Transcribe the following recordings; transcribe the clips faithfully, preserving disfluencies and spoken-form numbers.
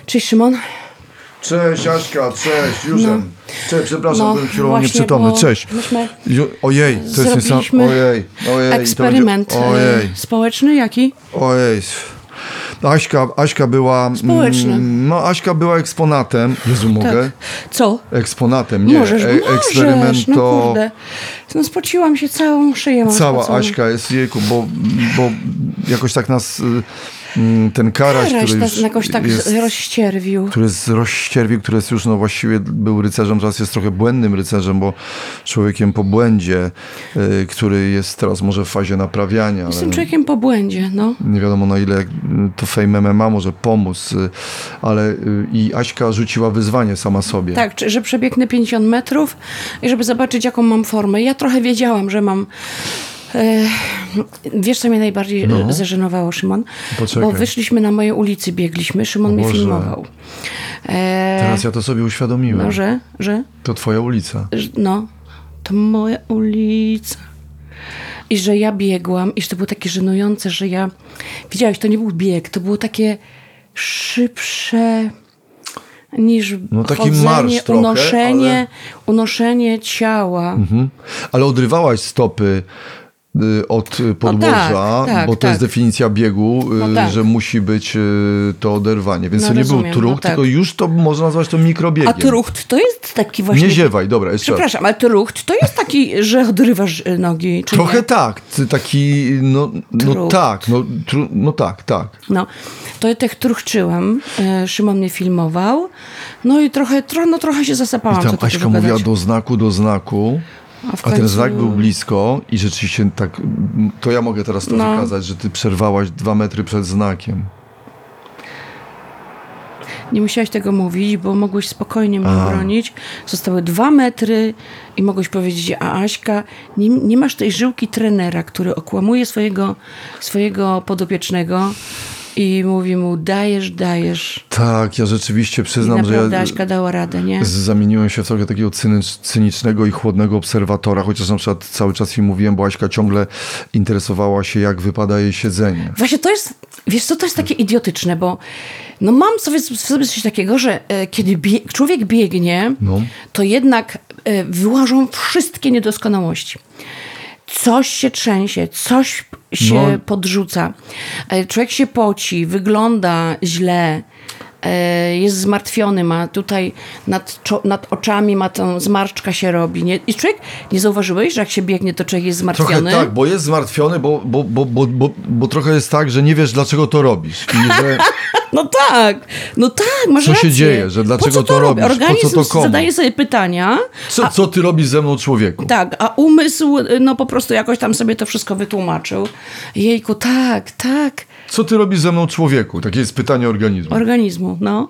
Cześć, Szymon. Cześć, Aśka, cześć, Józef. No. Cześć, przepraszam, no, byłem chwilą nieprzytomny. Cześć. Ju, ojej, to jest zrobiliśmy ojej, ojej, eksperyment to będzie, ojej. społeczny, jaki? Ojej. Aśka, Aśka była... Społeczny. Mm, no, Aśka była eksponatem. Jezu, mogę? Tak. Co? Eksponatem, nie. Możesz, e, możesz, eksperyment no to... kurde. No spociłam się, całą szyję mam Cała spoconą. Aśka jest, jejku, bo, bo jakoś tak nas... Ten Karaś, Karaś który nas już jakoś tak jest, rozścierwił. Który jest rozścierwił, który jest już no właściwie był rycerzem, teraz jest trochę błędnym rycerzem, bo człowiekiem po błędzie, y, który jest teraz może w fazie naprawiania. Jestem ale człowiekiem po błędzie, no. Nie wiadomo na ile to Fame M M A może pomóc, y, ale y, i Aśka rzuciła wyzwanie sama sobie. Tak, że przebiegnę pięćdziesiąt metrów i żeby zobaczyć, jaką mam formę. Ja trochę wiedziałam, że mam... Wiesz, co mnie najbardziej no. zażenowało, Szymon? Poczekaj. Bo wyszliśmy na mojej ulicy, biegliśmy, Szymon mnie filmował. E... Teraz ja to sobie uświadomiłem. No, że? że? To twoja ulica. No, to moja ulica. I że ja biegłam, i że to było takie żenujące, że ja... Widziałeś, to nie był bieg, to było takie szybsze... niż no, taki chodzenie, marsz trochę, unoszenie, ale... unoszenie ciała. Mhm. Ale odrywałaś stopy y, od podłoża, no tak, tak, bo to tak. jest definicja biegu, y, no tak. że musi być y, to oderwanie. Więc no to nie rozumiem, był trucht, no tak. tylko już to można nazwać to mikrobiegiem. A trucht to jest taki właśnie... Nie ziewaj, dobra. Jeszcze Przepraszam, ale trucht to jest taki, że odrywasz nogi, czy trochę nie? tak. Taki, no, no tak, no, tru, no tak, tak. No, to ja tak truchczyłam. Szymon mnie filmował. No i trochę, tro, no, trochę się zasapałam. I tam co Aśka takiego mówiła gadać. do znaku, do znaku. A, w A końcu... ten znak był blisko i rzeczywiście tak, to ja mogę teraz to no. wykazać, że ty przerwałaś dwa metry przed znakiem. Nie musiałeś tego mówić, bo mogłeś spokojnie mnie A. bronić. Zostały dwa metry i mogłeś powiedzieć, a Aśka, nie, nie masz tej żyłki trenera, który okłamuje swojego, swojego podopiecznego i mówi mu, dajesz, dajesz. Tak, ja rzeczywiście przyznam, I naprawdę że ja Aśka dała radę, nie? zamieniłem się w trochę takiego cynycz, cynicznego i chłodnego obserwatora, chociaż na przykład cały czas jej mówiłem, bo Aśka ciągle interesowała się, jak wypada jej siedzenie. Właśnie to jest, wiesz co, to jest takie idiotyczne, bo no mam sobie, sobie coś takiego, że e, kiedy bie, człowiek biegnie, No. to jednak e, wyłażą wszystkie niedoskonałości. Coś się trzęsie, coś się No. podrzuca. E, człowiek się poci, wygląda źle, e, jest zmartwiony, ma tutaj nad, czo, nad oczami ma tą zmarszczka się robi. Nie? I człowiek, nie zauważyłeś, że jak się biegnie, to człowiek jest zmartwiony? Trochę tak, bo jest zmartwiony, bo, bo, bo, bo, bo, bo trochę jest tak, że nie wiesz, dlaczego to robisz. I że... No tak, no tak, masz Co rację. się dzieje, że dlaczego po co to, to robisz? robisz? Po Organizm co to komu? zadaje sobie pytania. Co, a, co ty robisz ze mną, człowieku? tak, a umysł no po prostu jakoś tam sobie to wszystko wytłumaczył. Jejku, tak, tak. Co ty robisz ze mną, człowieku? Takie jest pytanie organizmu. Organizmu, no.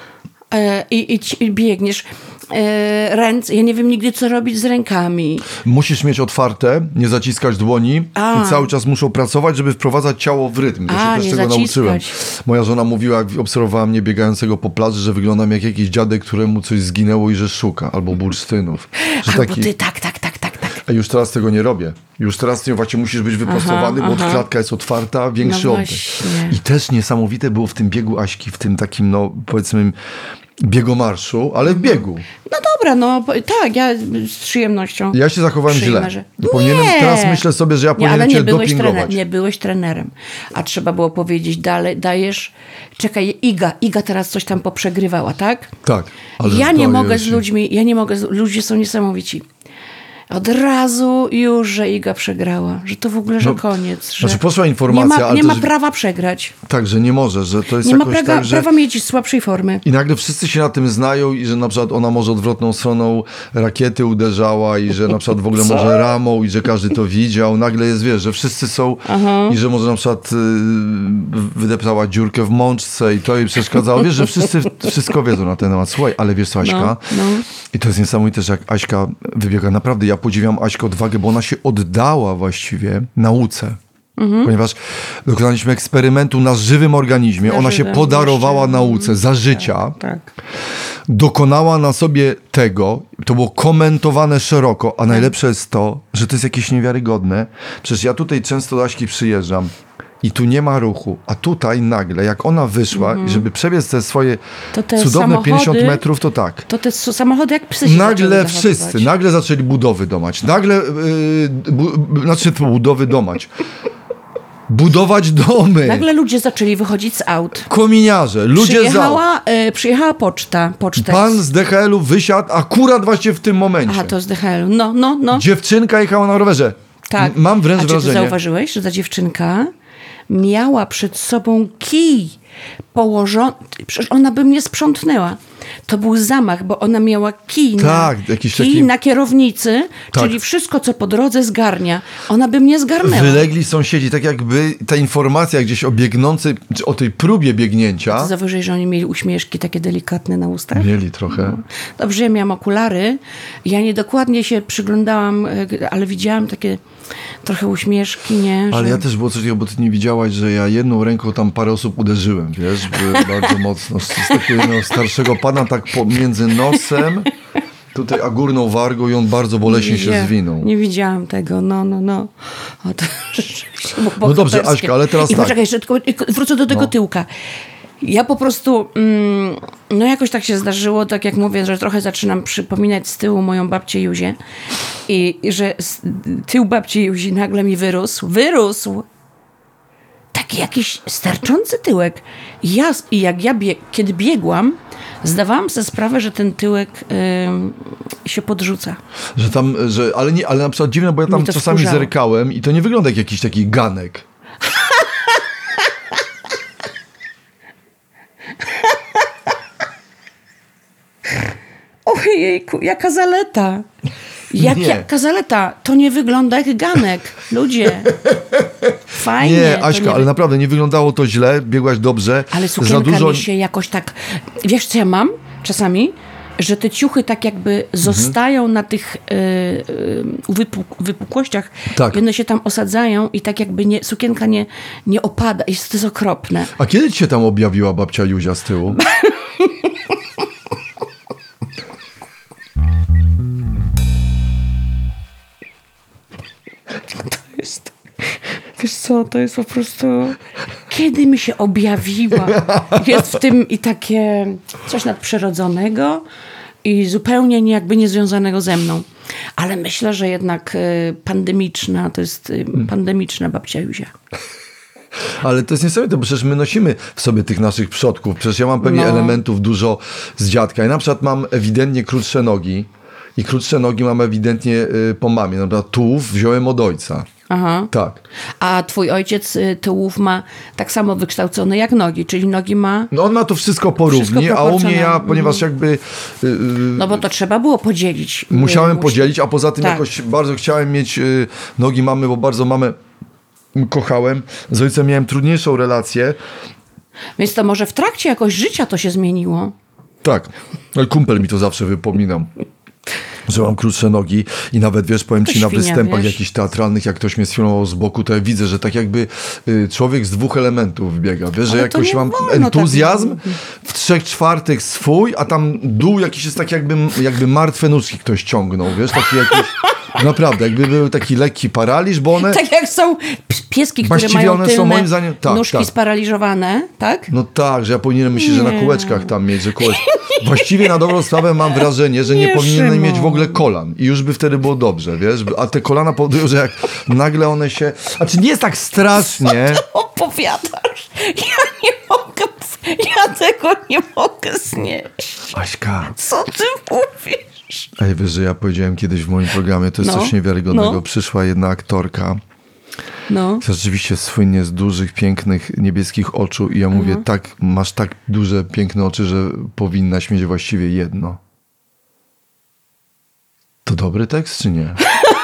E, i, i, I biegniesz. E, ręce, ja nie wiem nigdy, co robić z rękami. Musisz mieć otwarte, nie zaciskać dłoni A. i cały czas muszą pracować, żeby wprowadzić ciało w rytm. Ja A, się też nie tego zaciskać. nauczyłem. Moja żona mówiła, jak obserwowała mnie biegającego po plaży, że wyglądam jak jakiś dziadek, któremu coś zginęło i że szuka, albo bursztynów. Że Albo taki... ty, tak, tak, tak, tak, tak. A już teraz tego nie robię. Już teraz nie, właśnie musisz być wyprostowany, Aha, bo aha. klatka jest otwarta, większy No oddech. właśnie. I też niesamowite było w tym biegu Aśki, w tym takim, no powiedzmy, biegomarszu, ale w biegu. No dobra, no tak, ja z przyjemnością. Ja się zachowałem źle. Przyjmę, że- I powinienem, Nie! teraz myślę sobie, że ja Nie, powinienem ale nie cię byłeś, trener, dopingować. nie byłeś trenerem. A trzeba było powiedzieć dalej, dajesz... Czekaj, Iga, Iga teraz coś tam poprzegrywała, tak? Tak. Ale Ja nie zdaje mogę z się. ludźmi, ja nie mogę, z, ludzie są niesamowici. Od razu już, że Iga przegrała, że to w ogóle, że No, koniec. Że znaczy poszła nie informacja, ma, ale nie ma też- prawa przegrać. Tak, że nie może, że to jest Nie ma jakoś prawa, tak, że... prawa mieć słabszej formy. I nagle wszyscy się na tym znają i że na przykład ona może odwrotną stroną rakiety uderzała i że na przykład w ogóle Co? może ramą i że każdy to widział. Nagle jest, wiesz, że wszyscy są i że może na przykład y, wydeptała dziurkę w mączce i to jej przeszkadzało. Wiesz, że wszyscy wszystko wiedzą na ten temat. Słuchaj, ale wiesz co, Aśka? No, no. I to jest niesamowite, że jak Aśka wybiega, naprawdę ja podziwiam Aśkę odwagę, bo ona się oddała właściwie nauce. Mhm. Ponieważ dokonaliśmy eksperymentu na żywym organizmie. Na Ona żywym, się podarowała jeszcze. nauce za życia. Tak. Dokonała na sobie tego, to było komentowane szeroko, a najlepsze jest to, że to jest jakieś niewiarygodne. Przecież ja tutaj często do Aśki przyjeżdżam i tu nie ma ruchu, a tutaj nagle, jak ona wyszła i żeby przebiec te swoje To te cudowne samochody- pięćdziesiąt metrów, to tak. To te s- samochody jak psy się Nagle zaczęły wszyscy, zachowywać. nagle zaczęli budowy domać. Nagle, yy, bu, bu, znaczy to budowy domać. Budować domy. Nagle ludzie zaczęli wychodzić z aut. Kominiarze, ludzie za... Przyjechała, e, przyjechała poczta. Poczta Pan z D H L-u wysiadł akurat właśnie w tym momencie. Aha, to z D H L. No, no, no. Dziewczynka jechała na rowerze. Tak. M- Mam wręcz A czy wrażenie... ty zauważyłeś, że ta dziewczynka miała przed sobą kij położony... Przecież ona by mnie sprzątnęła. To był zamach, bo ona miała kij, Tak, na, jakiś kij taki- na kierownicy, Tak. czyli wszystko, co po drodze zgarnia. Ona by mnie zgarnęła. Wylegli sąsiedzi, tak jakby ta informacja gdzieś o biegnącej, czy o tej próbie biegnięcia... Ty zauważyłeś, że oni mieli uśmieszki takie delikatne na ustach? Mieli trochę. Dobrze, ja miałam okulary. Ja niedokładnie się przyglądałam, e, ale widziałam takie trochę uśmieszki, nie? Ale że... ja też było coś takiego, bo ty nie widziałaś, że ja jedną ręką tam parę osób uderzyłem, wiesz, by- bardzo mocno. Z, z takiego jednego starszego pana tak pomiędzy nosem, tutaj a górną wargą i on bardzo boleśnie się Nie, zwinął. Nie widziałam tego, no, no, no. O, to rzeczywiście było No dobrze, bohaterskie. Aśka, ale teraz I tak. poczekaj, jeszcze tylko wrócę do tego No. tyłka. Ja po prostu, mm, no jakoś tak się zdarzyło, tak jak mówię, że trochę zaczynam przypominać z tyłu moją babcię Juzię i, i że z, tył babci Juzi nagle mi wyrósł, wyrósł taki jakiś sterczący tyłek. I ja, i jak ja bieg, kiedy biegłam, zdawałam sobie sprawę, że ten tyłek ym, się podrzuca. Że tam, że, ale nie, ale na przykład dziwne, bo ja tam Mnie to czasami wkurzało. zerkałem i to nie wygląda jak jakiś taki ganek. Ojejku, jaka zaleta. Jak, Nie. jaka zaleta. To nie wygląda jak ganek. Ludzie. Fajnie. Nie, to Aśka, nie ale wy- naprawdę nie wyglądało to źle, biegłaś dobrze. Ale Za sukienka dużo... mi się jakoś tak... Wiesz, co ja mam czasami? Że te ciuchy tak jakby zostają na tych y, y, wypuk- wypukłościach Tak. i one się tam osadzają i tak jakby nie, sukienka nie, nie opada. I to jest okropne. A kiedy ci się tam objawiła babcia Juzia z tyłu? To jest... Wiesz co, to jest po prostu... Kiedy mi się objawiła? Jest w tym i takie coś nadprzyrodzonego i zupełnie nie, jakby niezwiązanego ze mną. Ale myślę, że jednak y, pandemiczna, to jest y, pandemiczna babcia Juzia. Ale to jest niesamowite, bo przecież my nosimy w sobie tych naszych przodków. Przecież ja mam pewnie No. elementów dużo z dziadka. Ja na przykład mam ewidentnie krótsze nogi i krótsze nogi mam ewidentnie y, po mamie. Na przykład tułów wziąłem od ojca. Aha. Tak. A twój ojciec y, tyłów ma tak samo wykształcone jak nogi, czyli nogi ma... No on ma to wszystko porówni, Wszystko a u mnie ja, proporcjonalnie. ponieważ jakby y, y, No bo to trzeba było podzielić. Y, musiałem musi- podzielić, a poza tym Tak. jakoś bardzo chciałem mieć y, nogi mamy, bo bardzo mamę kochałem. Z ojcem miałem trudniejszą relację. Więc to może w trakcie jakoś życia to się zmieniło. Tak, ale kumpel mi to zawsze wypominał, że mam krótsze nogi i nawet, wiesz, powiem To ci, na świnia, występach wiesz. jakichś teatralnych, jak ktoś mnie sfilmował z boku, to ja widzę, że tak jakby y, człowiek z dwóch elementów biega, wiesz, że Ale to jakoś nie mam wolno entuzjazm tak. w trzech czwartych swój, a tam dół jakiś jest tak jakby, jakby martwe nóżki ktoś ciągnął, wiesz, taki jakiś, naprawdę, jakby był taki lekki paraliż, bo one... Tak jak są p- pieski, które Właściwie mają one tylne są moim zdaniem- tak, nóżki tak. sparaliżowane, tak? No tak, że ja powinienem myśleć, że na Nie. kółeczkach tam mieć, że kółeczka. Właściwie na dobrą sprawę mam wrażenie, że nie, Nie, powinienem Szymon. mieć w ogóle kolan i już by wtedy było dobrze, wiesz? A te kolana powodują, że jak nagle one się... A czy nie jest tak strasznie? Opowiadasz. Ja nie mogę, ja tego nie mogę znieść. Aśka, Co ty mówisz? ej, wiesz, że ja powiedziałem kiedyś w moim programie, to jest No, coś niewiarygodnego. no. Przyszła jedna aktorka, No. rzeczywiście słynnie z dużych, pięknych, niebieskich oczu i ja mówię, tak, masz tak duże, piękne oczy, że powinnaś mieć właściwie jedno. To dobry tekst, czy nie?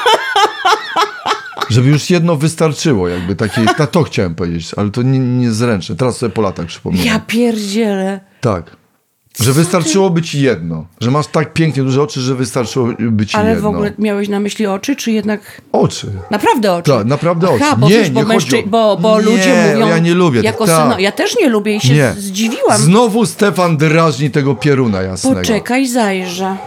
Żeby już jedno wystarczyło, jakby takie, ta, to chciałem powiedzieć, ale to nie, niezręczne. Teraz sobie po latach przypomniałem. Ja pierdzielę. Tak. Że wystarczyłoby ci jedno. Że masz tak pięknie duże oczy, że wystarczyłoby ci Ale jedno. w ogóle miałeś na myśli oczy, czy jednak... Oczy. Naprawdę oczy? Tak, naprawdę oczy. Aha, bo Nie, wiesz, bo, nie chodzi mężczy... o- bo, bo Nie, ludzie mówią... ja nie lubię. Jako Tak. syno... Ja też nie lubię i się Nie. zdziwiłam. Znowu Stefan drażni tego pieruna jasnego. Poczekaj, zajrzę.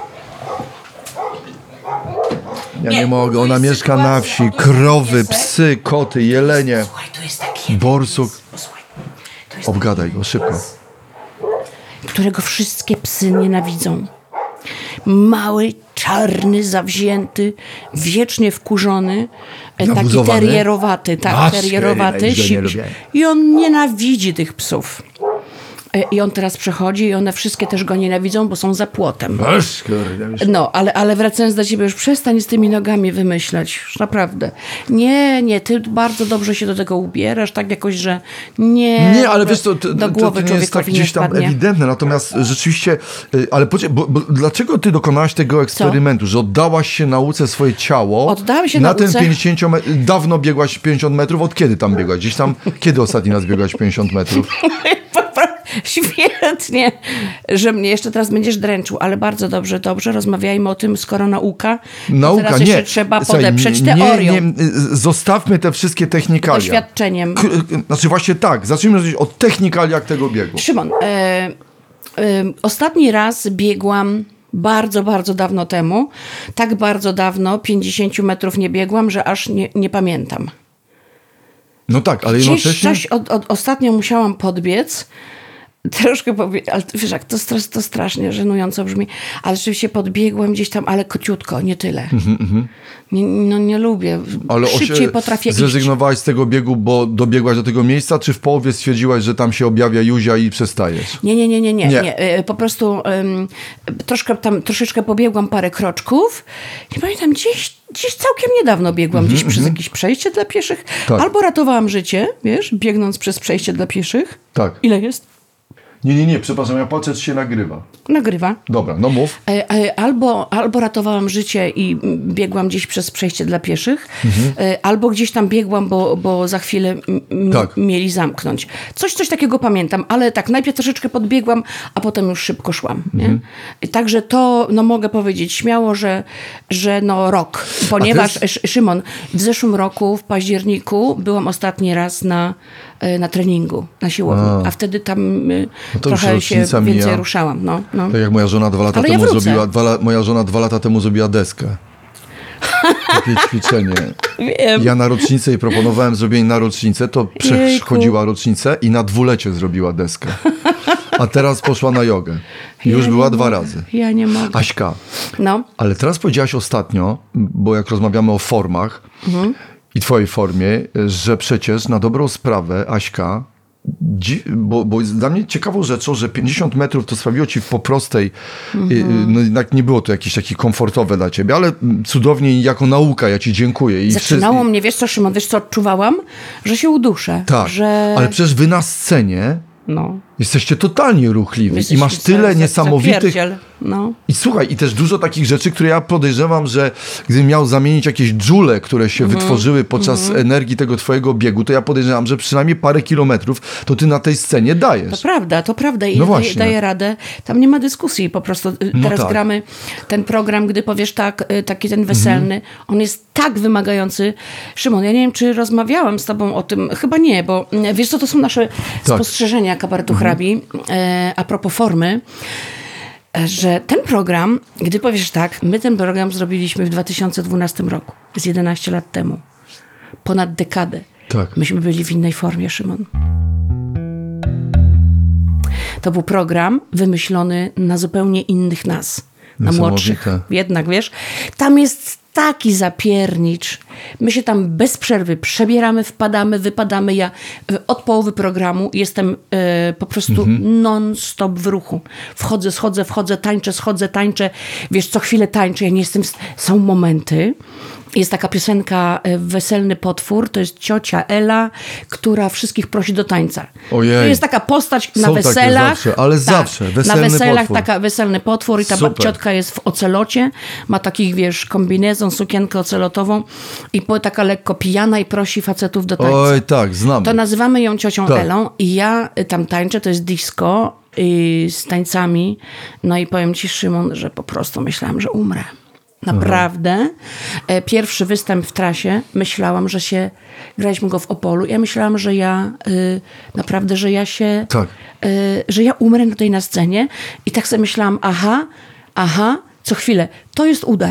Ja Nie, nie mogę. Ona to jest mieszka na sytuacja, wsi. to jest Krowy, piesek. psy, koty, jelenie. Słuchaj, tu jest taki Borsuk. Posłuchaj. To jest Obgadaj go szybko. którego wszystkie psy nienawidzą. Mały, czarny, zawzięty, wiecznie wkurzony, e, taki Nabuzowany? terierowaty, tak, Masz, terierowaty. ja nie si- lubię. I on nienawidzi tych psów. E, I on teraz przechodzi i one wszystkie też go nienawidzą, bo są za płotem. Aż, kurde, już. No, ale, ale wracając do ciebie, już przestań z tymi nogami wymyślać, już naprawdę. Nie, nie, ty bardzo dobrze się do tego ubierasz, tak jakoś, że nie. Nie, ale wiesz, to, to, do to, głowy to nie jest tak człowiekowi nie gdzieś tam wpadnie. ewidentne, natomiast rzeczywiście, y, ale poczekaj, bo, bo dlaczego ty dokonałaś tego eksperymentu, że oddałaś się nauce swoje ciało? Oddałam się na nauce. ten pięćdziesiąt metrów, dawno biegłaś pięćdziesiąt metrów, od kiedy tam biegłaś? Gdzieś tam, kiedy ostatni raz biegłaś pięćdziesiąt metrów? Świetnie, że mnie jeszcze teraz będziesz dręczył, ale bardzo dobrze, dobrze, rozmawiajmy o tym, skoro nauka, Nauka, to teraz nie. jeszcze trzeba Słuchaj, podeprzeć nie, teorią, nie, zostawmy te wszystkie technikalia. doświadczeniem. K- Znaczy właśnie tak, zacznijmy od technikaliach tego biegu. Szymon, e, e, ostatni raz biegłam bardzo, bardzo dawno temu, tak bardzo dawno, pięćdziesiąt metrów nie biegłam, że aż nie, nie pamiętam. No tak, ale Gdzieś jednocześnie... coś od, od, ostatnio musiałam podbiec, troszkę pobiec, ale wiesz, jak to, stra- to strasznie żenująco brzmi, ale rzeczywiście podbiegłem gdzieś tam, ale kociutko, nie tyle. Mm-hmm. Nie, no nie lubię. Ale Szybciej osie- potrafię iść. zrezygnowałaś z tego biegu, bo dobiegłaś do tego miejsca, czy w połowie stwierdziłaś, że tam się objawia Juzia i przestajesz? Nie, nie, nie, nie, nie. Nie. nie. E, Po prostu um, troszkę tam, troszeczkę pobiegłam parę kroczków. Nie pamiętam, gdzieś, gdzieś całkiem niedawno biegłam, gdzieś przez jakieś przejście dla pieszych. Tak. Albo ratowałam życie, wiesz, biegnąc przez przejście dla pieszych. Tak. Ile jest? Nie, nie, nie, przepraszam, ja patrzę, czy się nagrywa. Nagrywa. Dobra, no mów. E, e, Albo, albo ratowałam życie i mm, biegłam gdzieś przez przejście dla pieszych, e, albo gdzieś tam biegłam, bo, bo za chwilę m, m, Tak. mieli zamknąć. Coś, coś takiego pamiętam, ale tak, najpierw troszeczkę podbiegłam, a potem już szybko szłam. Nie? I Także to, no mogę powiedzieć śmiało, że, że no rok. Ponieważ, jest- Sz- Szymon, w zeszłym roku, w październiku, byłam ostatni raz na, e, na treningu, na siłowni, a, a wtedy tam e, No to już trochę się rocznica więcej mija. ruszałam. No, no. Tak jak moja żona dwa lata Ale ja temu wrócę. zrobiła, dwa, la- moja żona dwa lata temu zrobiła deskę. Takie ćwiczenie. Wiem. Ja na rocznicę jej proponowałem zrobienie na rocznicę, to Jejku. przechodziła rocznicę i na dwulecie zrobiła deskę. A teraz poszła na jogę. I już Ja była nie dwa mogę. razy. Ja nie mogę. Aśka, No, ale teraz powiedziałaś ostatnio, bo jak rozmawiamy o formach Mhm. i twojej formie, że przecież na dobrą sprawę, Aśka, dzi- bo, bo jest dla mnie ciekawą rzeczą, że pięćdziesiąt metrów to sprawiło ci po prostej, Mhm. y, y, no jednak nie było to jakieś takie komfortowe dla ciebie, ale cudownie i jako nauka, ja ci dziękuję. I zaczynało wszyscy- mnie, wiesz co, Szymon, wiesz co odczuwałam? Że się uduszę. Tak, że... ale przecież wy na scenie No. jesteście totalnie ruchliwi i Jesteśmy masz tyle za- za- niesamowitych... zapierdziel. No. I słuchaj, i też dużo takich rzeczy, które ja podejrzewam, że gdybym miał zamienić jakieś dżule, które się Mhm. wytworzyły podczas energii tego twojego biegu, to ja podejrzewam, że przynajmniej parę kilometrów to ty na tej scenie To dajesz. prawda, to prawda i No daje, właśnie. daje radę. Tam nie ma dyskusji po prostu. Y, No Teraz tak. gramy ten program, gdy powiesz tak, y, taki ten weselny, Mhm. on jest tak wymagający. Szymon, ja nie wiem, czy rozmawiałam z tobą o tym, chyba nie, bo mm, wiesz co, to są nasze Tak. spostrzeżenia kabaretu hrabi e, a propos formy, e, że ten program, gdy powiesz tak, my ten program zrobiliśmy w dwa tysiące dwunastym roku, z jedenaście lat temu. Ponad dekadę. Tak. Myśmy byli w innej formie, Szymon. To był program wymyślony na zupełnie innych nas. Na Niesamowite. młodszych. Jednak, wiesz, tam jest taki zapiernicz. My się tam bez przerwy przebieramy, wpadamy, wypadamy. Ja e, od połowy programu jestem e, po prostu non-stop w ruchu. Wchodzę, schodzę, wchodzę, tańczę, schodzę, tańczę. Wiesz, co chwilę tańczę. Ja nie jestem... Są momenty. Jest taka piosenka e, Weselny potwór. To jest ciocia Ela, która wszystkich prosi do tańca. Ojej. To jest taka postać na Są takie weselach. zawsze, ale zawsze. Na Weselny weselach potwór. taka weselny potwór i ta Super. ciotka jest w ocelocie, ma takich, wiesz, kombinezon, sukienkę ocelotową i po, taka lekko pijana i prosi facetów do tańca. Oj, tak, znam. To nazywamy ją ciocią Tak. Elą i ja y, tam tańczę, to jest disco y, z tańcami. No i powiem ci, Szymon, że po prostu myślałam, że umrę. Naprawdę. E, Pierwszy występ w trasie, myślałam, że się, graliśmy go w Opolu, ja myślałam, że ja y, naprawdę, że ja się, Tak. y, że ja umrę tutaj na scenie i tak sobie myślałam, aha, aha, co chwilę, to jest udar.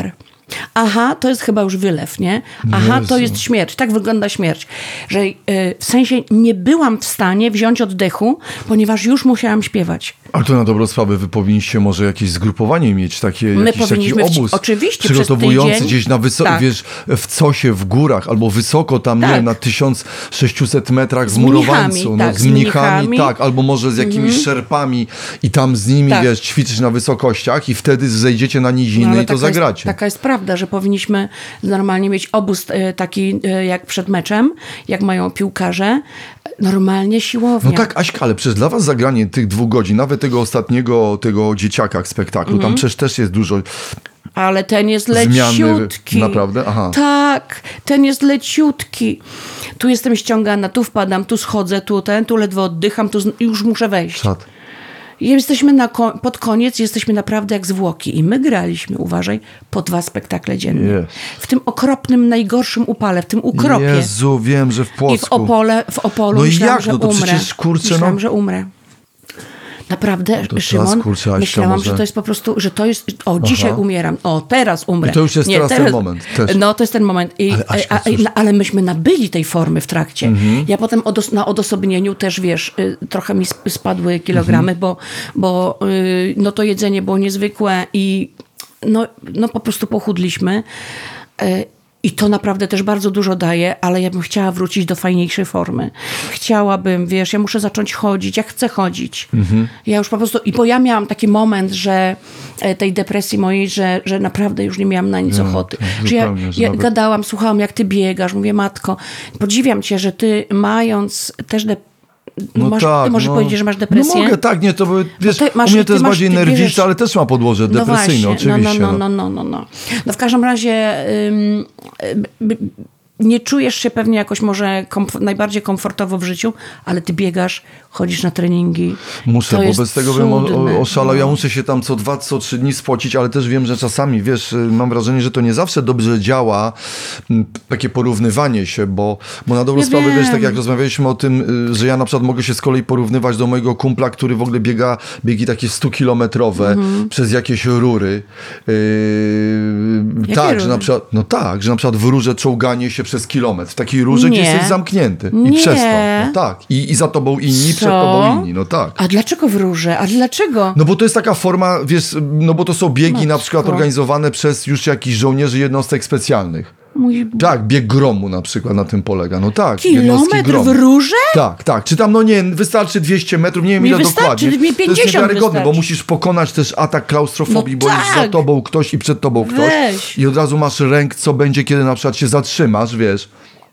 aha, to jest chyba już wylew, nie? Aha, Jezu. to jest śmierć. Tak wygląda śmierć. Że yy, w sensie nie byłam w stanie wziąć oddechu, ponieważ już musiałam śpiewać. Ale to na dobrą sprawę wy powinniście może jakieś zgrupowanie mieć, takie, My jakiś taki powinniśmy wci- obóz oczywiście, przygotowujący przez tydzień. gdzieś na wysoko, Tak. wiesz, w Cosie, w górach, albo wysoko tam, nie Tak. wiem, na tysiąc sześciuset metrach z, Z murowańcu, mnichami, no, tak, z z mnichami, mnichami. tak, albo może z jakimiś szerpami i tam z nimi, Tak. wiesz, ćwiczyć na wysokościach i wtedy zejdziecie na niziny No, ale i to taka zagracie. Jest, taka jest prawda, że powinniśmy normalnie mieć obóz e, taki e, jak przed meczem, jak mają piłkarze, normalnie siłownia. No tak, Aśka, ale przecież dla was zagranie tych dwóch godzin, nawet tego ostatniego, tego dzieciaka spektaklu, Mhm. tam przecież też jest dużo... Ale ten jest Zmiany, leciutki. naprawdę? Aha. Tak, ten jest leciutki. Tu jestem ściągana, tu wpadam, tu schodzę, tu ten, tu ledwo oddycham, tu z... już muszę wejść. Czad. Jesteśmy na ko- pod koniec, jesteśmy naprawdę jak zwłoki. I my graliśmy, uważaj, po dwa spektakle dziennie. Jest. W tym okropnym, najgorszym upale, w tym ukropie. Jezu, wiem, że w Płocku. I w Opole, w Opolu No i myślałam, jak? że No to umrę. przecież, kurczę, myślałam, no. że umrę. Naprawdę, to Szymon, czas, kurczę, Aśka, myślałam, może- że to jest po prostu, że to jest, o, dzisiaj Aha. umieram, o, teraz umrę. I to już jest teraz ten moment też. No, to jest ten moment. I, Ale, Aśka, a, a, cóż. ale myśmy nabyli tej formy w trakcie. Mhm. Ja potem odos- na odosobnieniu też, wiesz, y, trochę mi sp- spadły kilogramy, Mhm. bo, bo y, no, to jedzenie było niezwykłe i no, no po prostu pochudliśmy. Y, I to naprawdę też bardzo dużo daje, ale ja bym chciała wrócić do fajniejszej formy. Chciałabym, wiesz, ja muszę zacząć chodzić, ja chcę chodzić. Mhm. Ja już po prostu, i bo ja miałam taki moment, że e, tej depresji mojej, że, że naprawdę już nie miałam na nic Nie, ochoty. tak, Że ja, zupełnie, że ja nawet- gadałam, słuchałam, jak ty biegasz, mówię, matko, podziwiam cię, że ty mając też depresję, No masz, tak, ty możesz no. powiedzieć, że masz depresję? No mogę, tak, nie, to by, wiesz, ty masz- u mnie to ty jest masz- bardziej ty nerwiczne, bierzesz- ale też ma podłoże No depresyjne, właśnie, oczywiście. No, no, no, no, no, no, no. No w każdym razie ym, y, y, nie czujesz się pewnie jakoś może komf- najbardziej komfortowo w życiu, ale ty biegasz, chodzisz na treningi. Muszę, To bo jest bez tego bym o- cudne. o- oszalał. Ja No. muszę się tam co dwa, co trzy dni spocić, ale też wiem, że czasami, wiesz, mam wrażenie, że to nie zawsze dobrze działa, m, takie porównywanie się, bo, bo na dobrą Ja sprawę, wiesz, tak wiem. jak rozmawialiśmy o tym, y, że ja na przykład mogę się z kolei porównywać do mojego kumpla, który w ogóle biega biegi takie stukilometrowe Mhm. przez jakieś rury. Yy, Jakie tak, rury? że na przykład, no tak, że na przykład w rurze czołganie się przez kilometr. W takiej rurze, gdzie Nie. jesteś zamknięty. I Nie. przez to. No tak. I, I za tobą inni, przed Co? tobą inni. No tak. A dlaczego w róże? A dlaczego? No bo to jest taka forma, wiesz, no bo to są biegi na Matko. przykład organizowane przez już jakichś żołnierzy jednostek specjalnych. Mój Tak, bieg gromu na przykład na tym polega. No tak, jednostki kilometr gromu. w róże? Tak, tak. Czy tam, no nie, wystarczy dwieście metrów, nie wiem Mi ile wystarczy, dokładnie. mi To jest pięćdziesiąt niewiarygodne, bo wystarczy. musisz pokonać też atak klaustrofobii, No bo jest za tak. tobą ktoś i przed tobą ktoś. Weź. I od razu masz ręk, co będzie, kiedy na przykład się zatrzymasz, wiesz.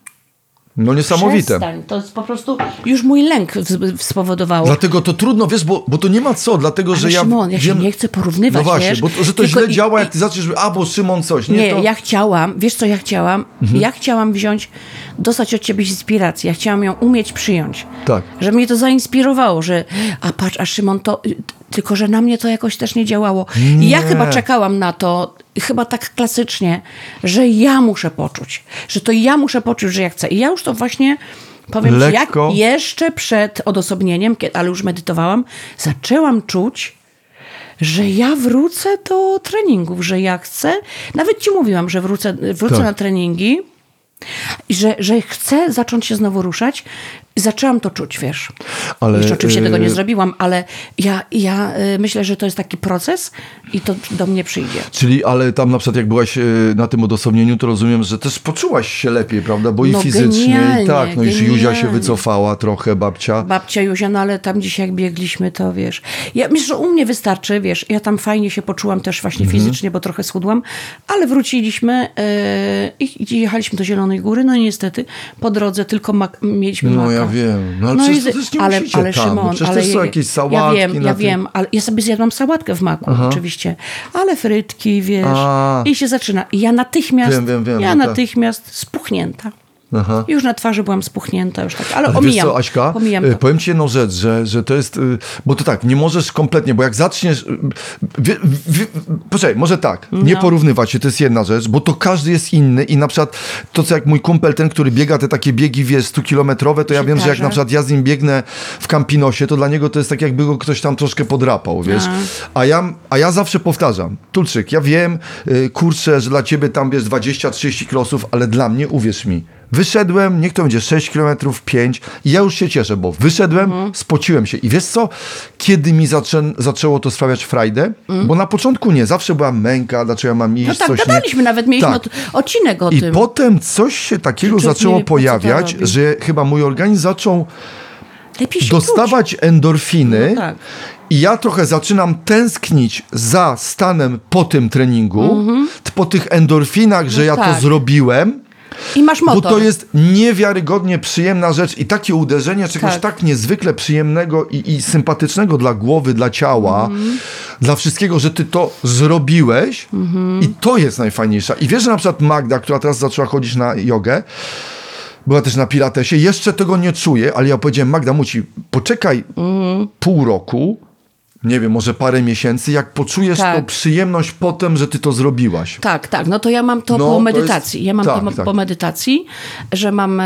No niesamowite. Przestań. To jest po prostu już mój lęk w- spowodowało. Dlatego to trudno, wiesz, bo, bo to nie ma co, dlatego, Ale że ja Szymon, ja się wiem... nie chcę porównywać, No właśnie, wiesz? bo to, że to Tylko źle i- działa, i- jak ty zaczniesz, a bo Szymon coś, nie? Nie, to... ja chciałam, wiesz co ja chciałam? Mhm. Ja chciałam wziąć, dostać od ciebie inspirację. Ja chciałam ją umieć przyjąć. Tak. Że mnie to zainspirowało, że a patrz, a Szymon to... Tylko, że na mnie to jakoś też nie działało. I ja Nie. chyba czekałam na to, chyba tak klasycznie, że ja muszę poczuć. Że to ja muszę poczuć, że ja chcę. I ja już to właśnie... Powiem ci, jak Lekko. jeszcze przed odosobnieniem, kiedy- ale już medytowałam, zaczęłam czuć, że ja wrócę do treningów, że ja chcę, nawet ci mówiłam, że wrócę, wrócę Tak. na treningi i że, że chcę zacząć się znowu ruszać. I zaczęłam to czuć, wiesz. Ale, Jeszcze oczywiście tego nie y- zrobiłam, ale ja, ja y, myślę, że to jest taki proces i to do mnie przyjdzie. Czyli, ale tam na przykład jak byłaś e, na tym odosobnieniu, to rozumiem, że też poczułaś się lepiej, prawda? Bo i No fizycznie, i genialnie, tak, no i Juzia się genialnie. wycofała trochę, babcia. Babcia Józia, no ale tam dzisiaj jak biegliśmy, to wiesz. Ja myślę, że u mnie wystarczy, wiesz, ja tam fajnie się poczułam też właśnie Mhm. fizycznie, bo trochę schudłam, ale wróciliśmy yy, i jechaliśmy do Zielonej Góry, no i niestety po drodze tylko mak- mieliśmy No maka. ja wiem, no ale No przecież i to z- też nie ale, musicie ale tam, Szymon, no przecież ale też są ja- jakieś sałatki. Ja wiem, na ja tym. wiem, ale ja sobie zjadłam sałatkę w maku oczywiście, ale frytki, wiesz, A. i się zaczyna. I ja natychmiast, Wiem, wiem, wiem, ja no tak. natychmiast spuchnięta. Aha. Już na twarzy byłam spuchnięta już tak, ale, ale omijam. Wiesz co, Aśka, omijam to. Powiem ci jedną rzecz, że, że to jest, bo to tak, nie możesz kompletnie, bo jak zaczniesz, wie, wie, poczekaj, może tak, nie No. porównywać się, to jest jedna rzecz, bo to każdy jest inny i na przykład to, co jak mój kumpel, ten, który biega te takie biegi, wiesz, stukilometrowe, to ja wiem, że jak na przykład ja z nim biegnę w Campinosie, to dla niego to jest tak, jakby go ktoś tam troszkę podrapał, wiesz, a, a, ja, a ja zawsze powtarzam, Tulczyk, ja wiem, kurczę, że dla ciebie tam, wiesz, dwadzieścia trzydzieści kilosów, ale dla mnie, uwierz mi, wyszedłem, niech to będzie sześć kilometrów, pięć i ja już się cieszę, bo wyszedłem, mhm. spociłem się i wiesz co, kiedy mi zaczę, zaczęło to sprawiać frajdę? Mhm. Bo na początku nie, zawsze była męka, dlaczego ja mam iść, no tak, coś gadaliśmy, nie. nawet mieliśmy tak. odcinek o I tym. I potem coś się takiego Człowiek zaczęło nie wie, po co to pojawiać, robi. że chyba mój organizm zaczął Lepiej się dostawać czuć. endorfiny No tak. i ja trochę zaczynam tęsknić za stanem po tym treningu, mhm. po tych endorfinach, że no ja tak. to zrobiłem. I masz motor. Bo to jest niewiarygodnie przyjemna rzecz i takie uderzenie czegoś tak, tak niezwykle przyjemnego i, i sympatycznego dla głowy, dla ciała, mm. dla wszystkiego, że ty to zrobiłeś mm-hmm. i to jest najfajniejsza. I wiesz, że na przykład Magda, która teraz zaczęła chodzić na jogę, była też na pilatesie, jeszcze tego nie czuje, ale ja powiedziałem, Magda, musi, poczekaj mm. pół roku, nie wiem, może parę miesięcy, jak poczujesz tak. tą przyjemność potem, że ty to zrobiłaś. Tak, tak. No to ja mam to no, po medytacji. Jest... Ja mam tak, to tak. po medytacji, że mam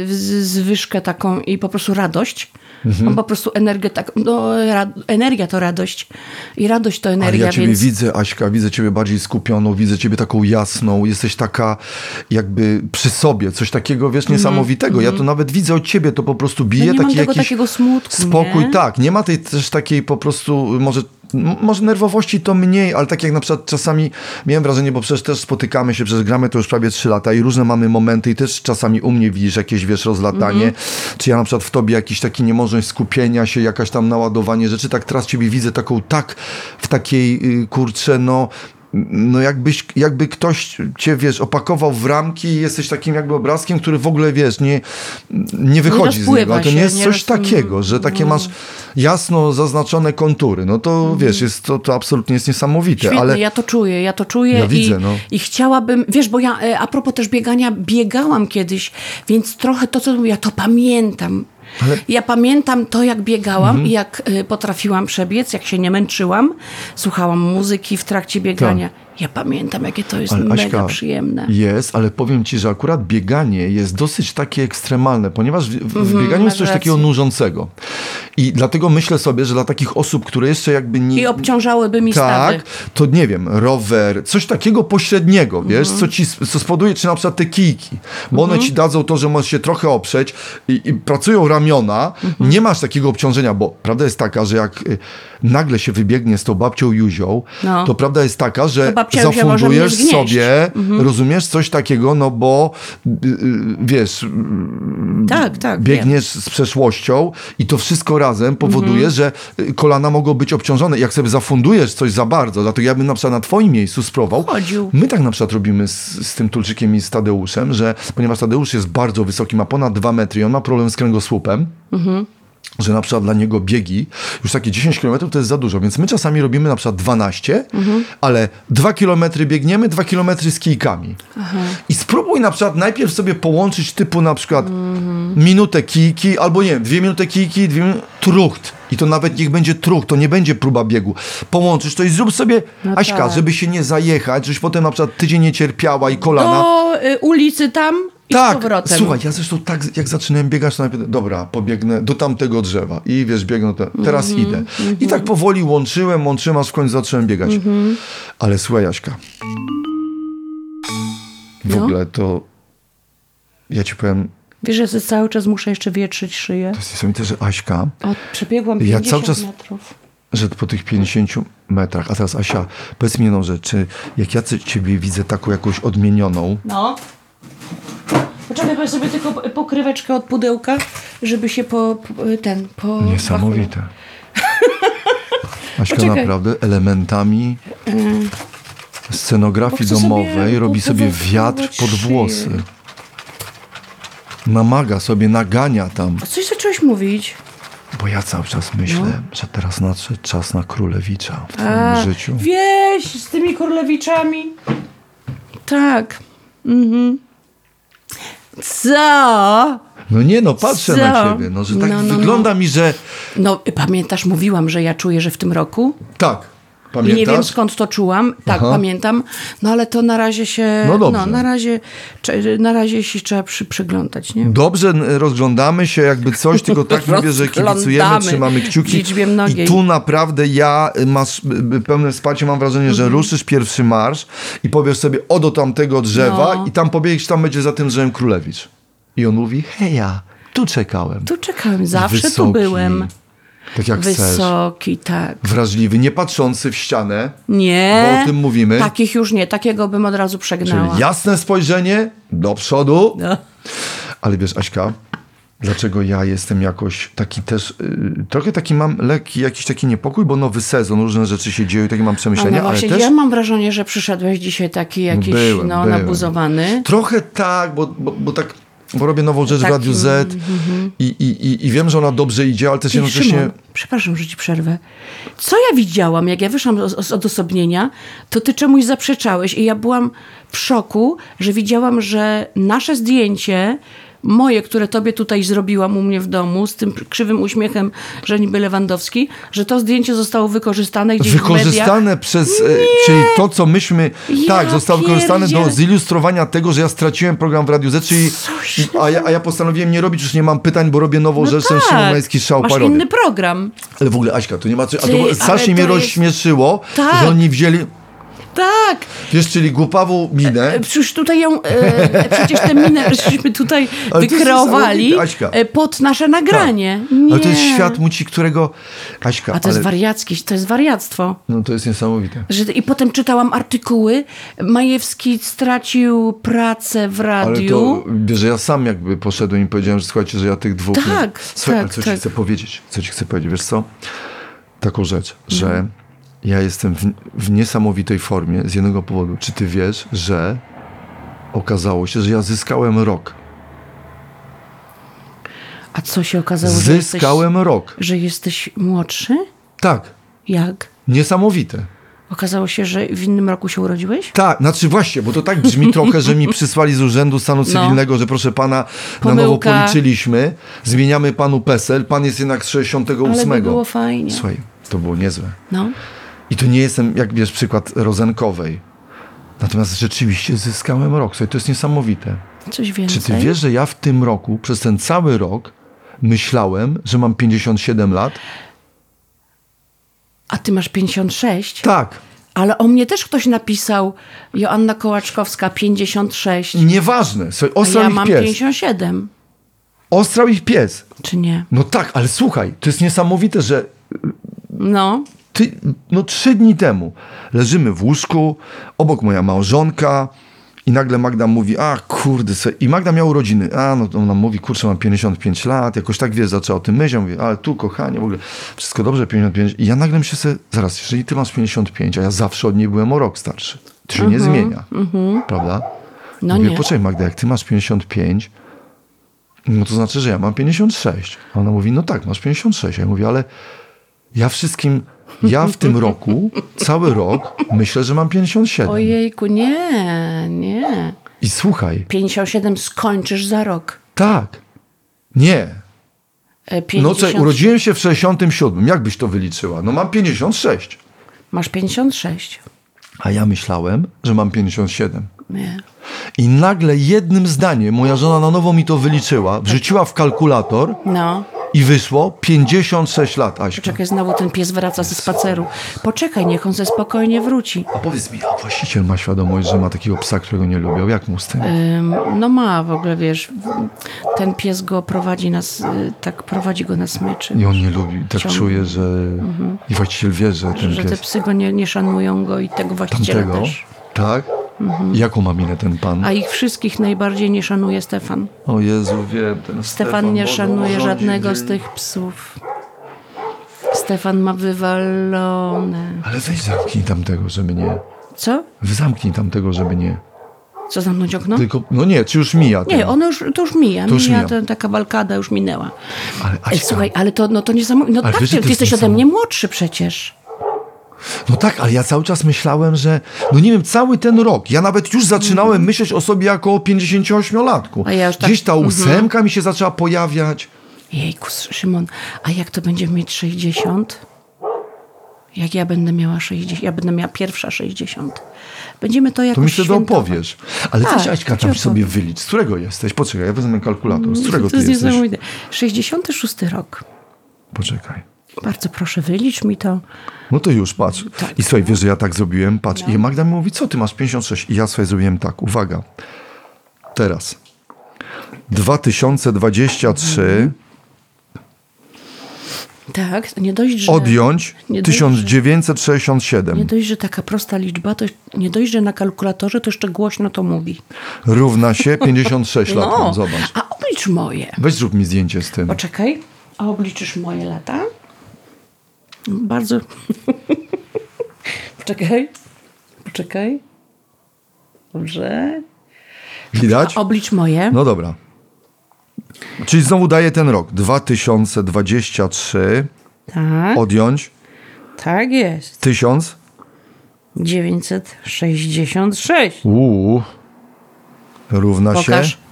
zwyżkę taką i po prostu radość. Mhm. Mam po prostu energię tak, no, ra, energia to radość i radość to energia. Ale ja ciebie więc... widzę, Aśka, widzę ciebie bardziej skupioną, widzę ciebie taką jasną, jesteś taka jakby przy sobie, coś takiego, wiesz, niesamowitego. Mm, ja to nawet widzę od ciebie, to po prostu bije no nie taki mam tego jakiś takiego smutku, spokój. Nie? Tak, nie ma tej też takiej po prostu, może może nerwowości to mniej, ale tak jak na przykład czasami miałem wrażenie, bo przecież też spotykamy się, przecież gramy to już prawie trzy lata i różne mamy momenty i też czasami u mnie widzisz jakieś, wiesz, rozlatanie, mm-hmm. czy ja na przykład w tobie jakiś taki niemożność skupienia się, jakaś tam naładowanie rzeczy, tak teraz ciebie widzę taką tak w takiej, kurczę, no no jakbyś, jakby ktoś cię, wiesz, opakował w ramki i jesteś takim jakby obrazkiem, który w ogóle, wiesz, nie, nie wychodzi nie z niego. Ale to nie jest nie coś roz... takiego, że takie no. masz jasno zaznaczone kontury. No to, mm. wiesz, jest, to, to absolutnie jest niesamowite. Świetnie, ale... ja to czuję, ja to czuję ja i, widzę, no. i chciałabym, wiesz, bo ja a propos też biegania, biegałam kiedyś, więc trochę to, co ja to pamiętam. Ale... Ja pamiętam to, jak biegałam mm-hmm. i jak y, potrafiłam przebiec, jak się nie męczyłam. Słuchałam muzyki w trakcie biegania. Tak. Ja pamiętam, jakie to jest ale, mega Aśka, przyjemne. Jest, ale powiem ci, że akurat bieganie jest dosyć takie ekstremalne, ponieważ w, w mm-hmm, bieganiu jest coś rację. takiego nużącego. I dlatego myślę sobie, że dla takich osób, które jeszcze jakby nie... I obciążałyby mi tak, stawy. to nie wiem, rower, coś takiego pośredniego, wiesz, mm-hmm. co ci co spowoduje, czy na przykład te kijki, bo mm-hmm. one ci dadzą to, że możesz się trochę oprzeć i, i pracują ramiona, mm-hmm. nie masz takiego obciążenia, bo prawda jest taka, że jak y, nagle się wybiegnie z tą babcią Juzią, no. to prawda jest taka, że zafundujesz sobie, mhm. rozumiesz, coś takiego, no bo yy, wiesz, tak, tak, biegniesz wiem. z przeszłością i to wszystko razem powoduje, mhm. że kolana mogą być obciążone. Jak sobie zafundujesz coś za bardzo, dlatego ja bym na przykład na twoim miejscu spróbował. Chodził. My tak na przykład robimy z, z tym Tulczykiem i z Tadeuszem, że ponieważ Tadeusz jest bardzo wysoki, ma ponad dwa metry i on ma problem z kręgosłupem, mhm. że na przykład dla niego biegi, już takie dziesięć kilometrów to jest za dużo, więc my czasami robimy na przykład dwanaście, mhm. ale dwa kilometry biegniemy, dwa kilometry z kijkami. Aha. I spróbuj na przykład najpierw sobie połączyć typu na przykład mhm. minutę kijki, albo nie wiem, dwie minuty kijki, dwie minuty, trucht. I to nawet niech będzie trucht, to nie będzie próba biegu. Połączysz to i zrób sobie, no Aśka, tak. żeby się nie zajechać, żebyś potem na przykład tydzień nie cierpiała i kolana. Do y, ulicy tam i tak, z powrotem. Słuchaj, ja zresztą tak, jak zaczynałem biegać, to najpierw, dobra, pobiegnę do tamtego drzewa i wiesz, biegnę, te, teraz mm-hmm, idę. Mm-hmm. I tak powoli łączyłem, łączyłem, aż w końcu zacząłem biegać. Mm-hmm. Ale słuchaj, Jaśka, w no. ogóle to ja ci powiem... Wiesz, że cały czas muszę jeszcze wietrzyć szyję. To jest niesamowite, że Aśka... O, przebiegłam pięćdziesiąt ja cały czas, metrów. Że po tych pięćdziesięciu metrach, a teraz Asia, powiedz mi jedną rzecz, czy jak ja ciebie widzę taką jakąś odmienioną... No. Poczekaj, bo sobie tylko pokryweczkę od pudełka, żeby się po, ten, po... Niesamowite. Aśka Poczekaj. naprawdę elementami mm. scenografii domowej sobie, robi sobie wiatr pod włosy. Namaga sobie, nagania tam. A coś zacząłeś mówić? Bo ja cały czas myślę, no. że teraz nadszedł czas na Królewicza w twoim A, życiu. Wieś z tymi Królewiczami. Tak. Mhm. Co? No nie, no patrzę Co? na ciebie, no, że tak No, no, wygląda no. mi, że... No pamiętasz, mówiłam, że ja czuję, że w tym roku? Tak, I pamiętasz? nie wiem skąd to czułam. Tak, Aha. pamiętam. No ale to na razie się... No dobrze. No, na razie, cze- na razie się trzeba przy, przyglądać, nie? Dobrze, n- rozglądamy się, jakby coś, tylko tak mówię, że kibicujemy, Rozglądamy trzymamy kciuki. w liczbie mnogiej. I tu naprawdę ja, y, masz y, y, pełne wsparcie, mam wrażenie, że Mhm. ruszysz pierwszy marsz i powiesz sobie o do tamtego drzewa No. i tam pobiegniesz, tam będzie za tym drzewem Królewicz. I on mówi, heja, tu czekałem. Tu czekałem, zawsze Wysoki, tu byłem. Tak jak chcesz. Wysoki, tak. Wrażliwy, nie patrzący w ścianę, Nie. bo o tym mówimy. Takich już nie, takiego bym od razu przegnała. Czyli jasne spojrzenie do przodu. No. Ale wiesz, Aśka, dlaczego ja jestem jakoś taki też, yy, trochę taki mam lekki jakiś taki niepokój, bo nowy sezon, różne rzeczy się dzieją i takie mam A przemyślenia, no właśnie, ale też ja mam wrażenie, że przyszedłeś dzisiaj taki jakiś byłem, no, byłem. nabuzowany. trochę tak, bo, bo, bo tak, bo robię nową rzecz Tak, w Radiu Z i, i, i, i wiem, że ona dobrze idzie, ale też I jednocześnie... Szymon, przepraszam, że ci przerwę. Co ja widziałam, jak ja wyszłam z, z odosobnienia, to ty czemuś zaprzeczałeś i ja byłam w szoku, że widziałam, że nasze zdjęcie, moje, które tobie tutaj zrobiłam u mnie w domu, z tym krzywym uśmiechem, że niby Lewandowski, że to zdjęcie zostało wykorzystane gdzieś w mediach. Wykorzystane przez, e, czyli to, co myśmy, Ja tak, zostało wykorzystane do pierdzielę. zilustrowania tego, że ja straciłem program w Radiu Z, czyli, Coś a, ja, a ja postanowiłem nie robić, już nie mam pytań, bo robię nową No rzecz, ten tak, Szymon Majewski Szał masz Parody. inny program. Ale w ogóle, Aśka, to nie ma... A Ty, to było- ale strasznie to mnie jest- rozśmieszyło, Tak. że oni wzięli, Tak. wiesz, czyli głupawą minę. E, Przecież tutaj ją, e, przecież tę minę żeśmy tutaj Ale to jest wykreowali niesamowite, Aśka. e, pod nasze nagranie. Nie. Ale to jest świat muci, którego... Aśka, A to ale... jest wariackie, to jest wariactwo. No to jest niesamowite. Że, I potem czytałam artykuły. Majewski stracił pracę w Ale radiu. to, wiesz, że ja sam jakby poszedłem i powiedziałem, że słuchajcie, że ja tych dwóch... Tak, nie... Słuchaj, ale tak, co ci tak. chcę powiedzieć? Co ci chcę powiedzieć? Wiesz co? Taką rzecz, że ja jestem w, w niesamowitej formie z jednego powodu. Czy ty wiesz, że okazało się, że ja zyskałem rok. A co się okazało, że Zyskałem rok. jesteś, że jesteś młodszy? Tak. Jak? Niesamowite. Okazało się, że w innym roku się urodziłeś? Tak, znaczy właśnie, bo to tak brzmi trochę, że mi przysłali z Urzędu Stanu Cywilnego, że proszę pana, na nowo Pomyłka. policzyliśmy, zmieniamy panu PESEL, pan jest jednak z sześćdziesiątego ósmego. Ale by było fajnie. Słuchaj, to było niezłe. No. I to nie jestem, jak wiesz, przykład Rozenkowej. Natomiast rzeczywiście zyskałem rok. Słuchaj, to jest niesamowite. Coś więcej. Czy ty wiesz, że ja w tym roku, przez ten cały rok, myślałem, że mam pięćdziesiąt siedem lat? A ty masz pięćdziesiąt sześć? Tak. Ale o mnie też ktoś napisał, Joanna Kołaczkowska, pięćdziesiąt sześć. Nieważne. Słuchaj, A ostrał ja ich mam pies. pięćdziesiąt siedem. Ostrał ich pies. Czy nie? No tak, ale słuchaj, to jest niesamowite, że No. ty, no trzy dni temu leżymy w łóżku, obok moja małżonka i nagle Magda mówi, a kurde, se... i Magda miała urodziny, a no to ona mówi, kurczę, mam pięćdziesiąt pięć lat, jakoś tak, wiesz, zaczęła o tym myśleć, ja mówię, ale tu, kochanie, w ogóle wszystko dobrze, pięćdziesiąt pięć i ja nagle myślę sobie, zaraz, jeżeli ty masz pięćdziesiąt pięć, a ja zawsze od niej byłem o rok starszy, to się nie zmienia, prawda? No Mówię, nie. poczekaj Magda, jak ty masz pięćdziesiąt pięć, no to znaczy, że ja mam pięćdziesiąt sześć. A ona mówi, no tak, masz pięćdziesiąt sześć. A ja mówię, ale ja wszystkim, ja w tym roku, cały rok, myślę, że mam pięćdziesiąt siedem. Ojejku, nie, nie. I słuchaj, pięćdziesiąt siedem skończysz za rok. tak, nie. E, No pięćdziesiąt... co, urodziłem się w sześćdziesiątym siódmym. Jak byś to wyliczyła? No mam pięćdziesiąt sześć. Masz pięćdziesiąt sześć. A ja myślałem, że mam pięćdziesiąt siedem. Nie. I nagle jednym zdaniem moja żona na nowo mi to wyliczyła, wrzuciła w kalkulator No. i wyszło pięćdziesiąt sześć lat, Aśka. Czekaj, znowu ten pies wraca ze spaceru. Poczekaj, niech on ze spokojnie wróci. A powiedz mi, a właściciel ma świadomość, że ma takiego psa, którego nie lubią? Jak mu z tym? Ym, no ma w ogóle, wiesz, w- ten pies go prowadzi nas, y, tak prowadzi go na smyczy. I on nie lubi, tak Ciągle. czuje, że... I właściciel wie, że ten Że te pies... psy go nie, nie szanują go i tego właściciela Tamtego? też. Tak? I jaką ma minę ten pan? A ich wszystkich najbardziej nie szanuje Stefan. O Jezu, wiem, ten Stefan nie Boże, szanuje rządzi żadnego z dzień. tych psów. Stefan ma wywalone. Ale weź zamknij tamtego, żeby nie... Co? Zamknij tamtego, żeby nie... Co, zamknąć okno? Tylko, no nie, czy już mija ten? Nie, ono już, to już mija. To już mija, mija. ta, ta kawalkada już minęła. Ale Ej, Aśka, słuchaj, ale to, no, to niesamowite. No Ale tak, wiesz, że ty, to ty jest jesteś ode niesamowite? mnie młodszy przecież. No tak, ale ja cały czas myślałem, że, no nie wiem, cały ten rok, ja nawet już zaczynałem mm. myśleć o sobie jako o pięćdziesięcioośmiolatku. A ja już tak... Gdzieś ta ósemka mm-hmm. mi się zaczęła pojawiać. Jejku, Szymon, a jak to będzie mieć sześćdziesiąt? Jak ja będę miała sześćdziesiąt? Ja będę miała pierwsza sześćdziesiąt. Będziemy to jakoś To mi wtedy świętować. opowiesz. Ale tak, coś, Aśka, tam sobie wylicz. Z którego jesteś? Poczekaj, ja wezmę kalkulator. Z którego to jest ty jesteś? niesamowite. sześćdziesiąty szósty rok. Poczekaj. Bardzo proszę, wylicz mi to. No to już, patrz. Tak. I słuchaj, wiesz, że ja tak zrobiłem, patrz. No. I Magda mi mówi, co ty masz pięćdziesiąt sześć? I ja sobie zrobiłem tak, uwaga. Teraz. dwa tysiące dwudziesty trzeci. Tak, nie dość, że... Odjąć nie dość, tysiąc dziewięćset sześćdziesiąt siedem. Nie dość, że taka prosta liczba, to nie dość, że na kalkulatorze to jeszcze głośno to mówi. Równa się pięćdziesiąt sześć lat. No, Zobacz. a oblicz moje. Weź zrób mi zdjęcie z tym. Poczekaj, a obliczysz moje lata? Bardzo... Poczekaj, poczekaj. Dobrze. Widać? A oblicz moje. No dobra. Czyli znowu daję ten rok. dwa tysiące dwudziesty trzeci. Tak, Odjąć tak jest. tysiąc. dziewięćset sześćdziesiąt sześć. Uuu. Równa Pokaż. się.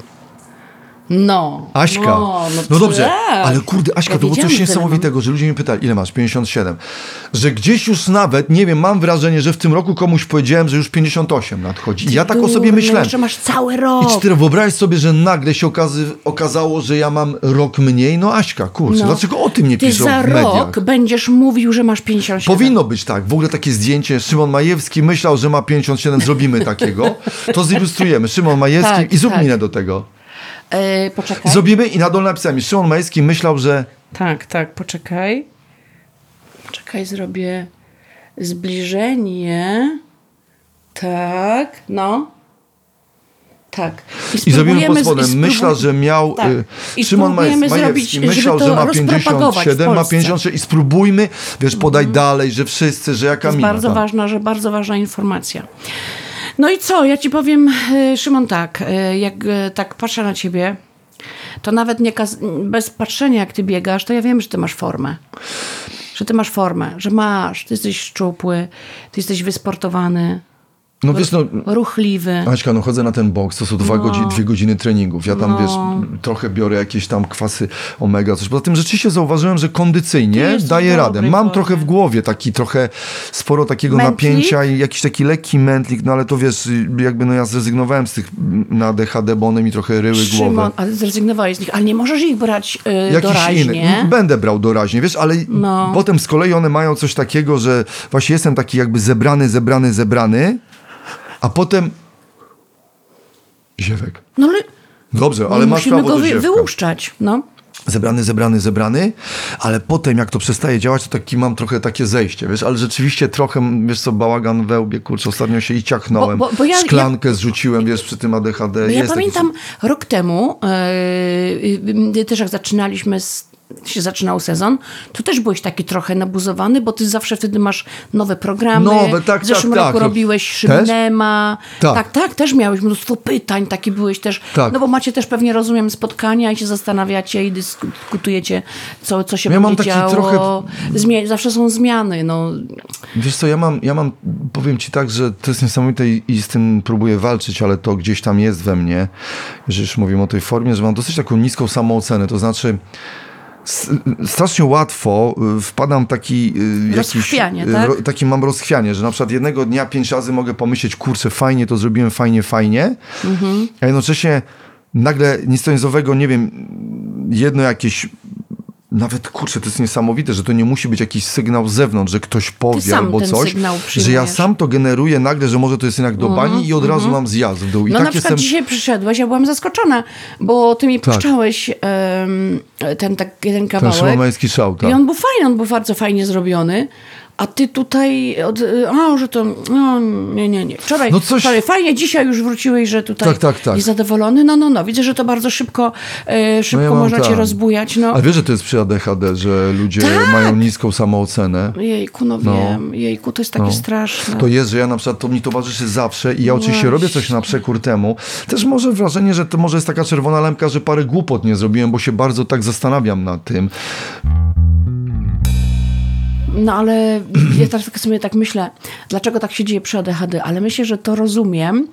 No. Aśka. No, no, No dobrze, tak. ale kurde, Aśka, Ja to było wiedziałam, coś że niesamowitego, że ludzie mnie pytali, ile masz? pięćdziesiąt siedem. Że gdzieś już nawet, nie wiem, mam wrażenie, że w tym roku komuś powiedziałem, że już pięćdziesiąt osiem nadchodzi. I ja tak o sobie Durny, myślałem. że masz cały rok. I ty wyobraź sobie, że nagle się okazy, okazało, że ja mam rok mniej. No Aśka, kurczę, No. dlaczego o tym nie Ty piszą za w mediach? rok będziesz mówił, że masz pięćdziesiąt siedem. Powinno być tak. W ogóle takie zdjęcie. Szymon Majewski myślał, że ma pięćdziesiąt siedem. Zrobimy takiego. To zilustrujemy. Szymon Majewski Tak, i zrób tak. minę do tego. Yy, poczekaj. Zrobimy i na dole napisami. Szymon Majewski myślał, że... Tak, tak, poczekaj. Poczekaj, zrobię zbliżenie. Tak, no. Tak. I zrobimy pod spodem. z- i Myślał, spróbuj- że miał... Tak. y, I Szymon spróbujemy Majewski zrobić, myślał, żeby że to ma pięćdziesiąt rozpropagować w siedem, ma Polsce. pięćdziesiąt sześć i spróbujmy, wiesz, podać dalej, że wszyscy, że jaka To jest mina. bardzo tak. ważna, że bardzo ważna informacja. No i co? Ja ci powiem, y, Szymon, tak, y, jak y, tak patrzę na ciebie, to nawet nie kaz- bez patrzenia, jak ty biegasz, to ja wiem, że ty masz formę. Że ty masz formę, że masz, ty jesteś szczupły, ty jesteś wysportowany, No wiesz, no... ruchliwy. Aśka, no chodzę na ten boks, to są dwa No. godziny, dwie godziny treningów. Ja tam, No. wiesz, trochę biorę jakieś tam kwasy omega, coś. Poza tym rzeczywiście zauważyłem, że Ty kondycyjnie jesteś daję w radę. dobrej Mam formie. trochę w głowie taki trochę sporo takiego Mętlik? napięcia i jakiś taki lekki mętlik, no ale to wiesz, jakby no ja zrezygnowałem z tych na D H D, bo one mi trochę ryły Szymon, głowę. ale zrezygnowałeś z nich, ale nie możesz ich brać y, Jakiś doraźnie. inny. Będę brał doraźnie, wiesz, ale No. potem z kolei one mają coś takiego, że właśnie jestem taki jakby zebrany, zebrany, zebrany, a potem ziewek. No ale Dobrze, ale masz musimy prawo go do wy, ziewka. wyłuszczać. No. Zebrany, zebrany, zebrany, ale potem jak to przestaje działać, to taki mam trochę takie zejście, wiesz, ale rzeczywiście trochę, wiesz co, bałagan we łbie, kurczę, ostatnio się i ciachnąłem, Bo- bo- bo ja- szklankę ja... zrzuciłem, wiesz, przy tym A D H D. Ja Jest taki pamiętam rok temu, yy, yy, też jak zaczynaliśmy, z, się zaczynał sezon, to też byłeś taki trochę nabuzowany, bo ty zawsze wtedy masz nowe programy. Nowe, tak, w zeszłym tak, roku tak. robiłeś Też? Szybnema. Tak. tak, tak, też miałeś mnóstwo pytań, taki byłeś też. Tak. No bo macie też pewnie, rozumiem, spotkania i się zastanawiacie i dyskutujecie, co, co się Ja mam będzie taki działo. trochę- Zmie- zawsze są zmiany, no. Wiesz co, ja mam, ja mam, powiem ci tak, że to jest niesamowite i, i z tym próbuję walczyć, ale to gdzieś tam jest we mnie, że już mówimy o tej formie, że mam dosyć taką niską samoocenę, to znaczy s- strasznie łatwo y, wpadam w taki y, jakiś, Rozchwianie, y, tak? ro, taki mam rozchwianie, że na przykład jednego dnia pięć razy mogę pomyśleć, kurczę, fajnie to zrobiłem, fajnie, fajnie, Mhm. a jednocześnie nagle nic to nowego, nie wiem, jedno jakieś nawet, kurczę, to jest niesamowite, że to nie musi być jakiś sygnał z zewnątrz, że ktoś powie sam albo ten coś, sygnał że ja przyjmujesz. sam to generuję nagle, że może to jest jednak do bani i od razu mam zjazd w dół. I No tak na przykład jestem... dzisiaj przyszedłeś, ja byłam zaskoczona, bo ty mi Tak. puszczałeś em, ten, tak, ten Ten kawałek szymomański szał, tak. i on był fajny, on był bardzo fajnie zrobiony, a ty tutaj, od, a, że to, no nie, nie, nie. Wczoraj, No coś- wczoraj fajnie, dzisiaj już wróciłeś, że tutaj Tak, tak, tak. niezadowolony. No, no, no, widzę, że to bardzo szybko, e, szybko No ja mam można cię tak. rozbujać. No. Ale wiesz, że to jest przy A D H D, że ludzie Tak. mają niską samoocenę. Jejku, no, No. wiem, jejku, to jest takie No. straszne. To jest, że ja na przykład, to mi towarzyszy zawsze i ja oczywiście robię coś na przekór temu. Też może wrażenie, że to może jest taka czerwona lampka, że parę głupot nie zrobiłem, bo się bardzo tak zastanawiam nad tym. No ale ja teraz tak sobie tak myślę, dlaczego tak się dzieje przy A D H D, ale myślę, że to rozumiem,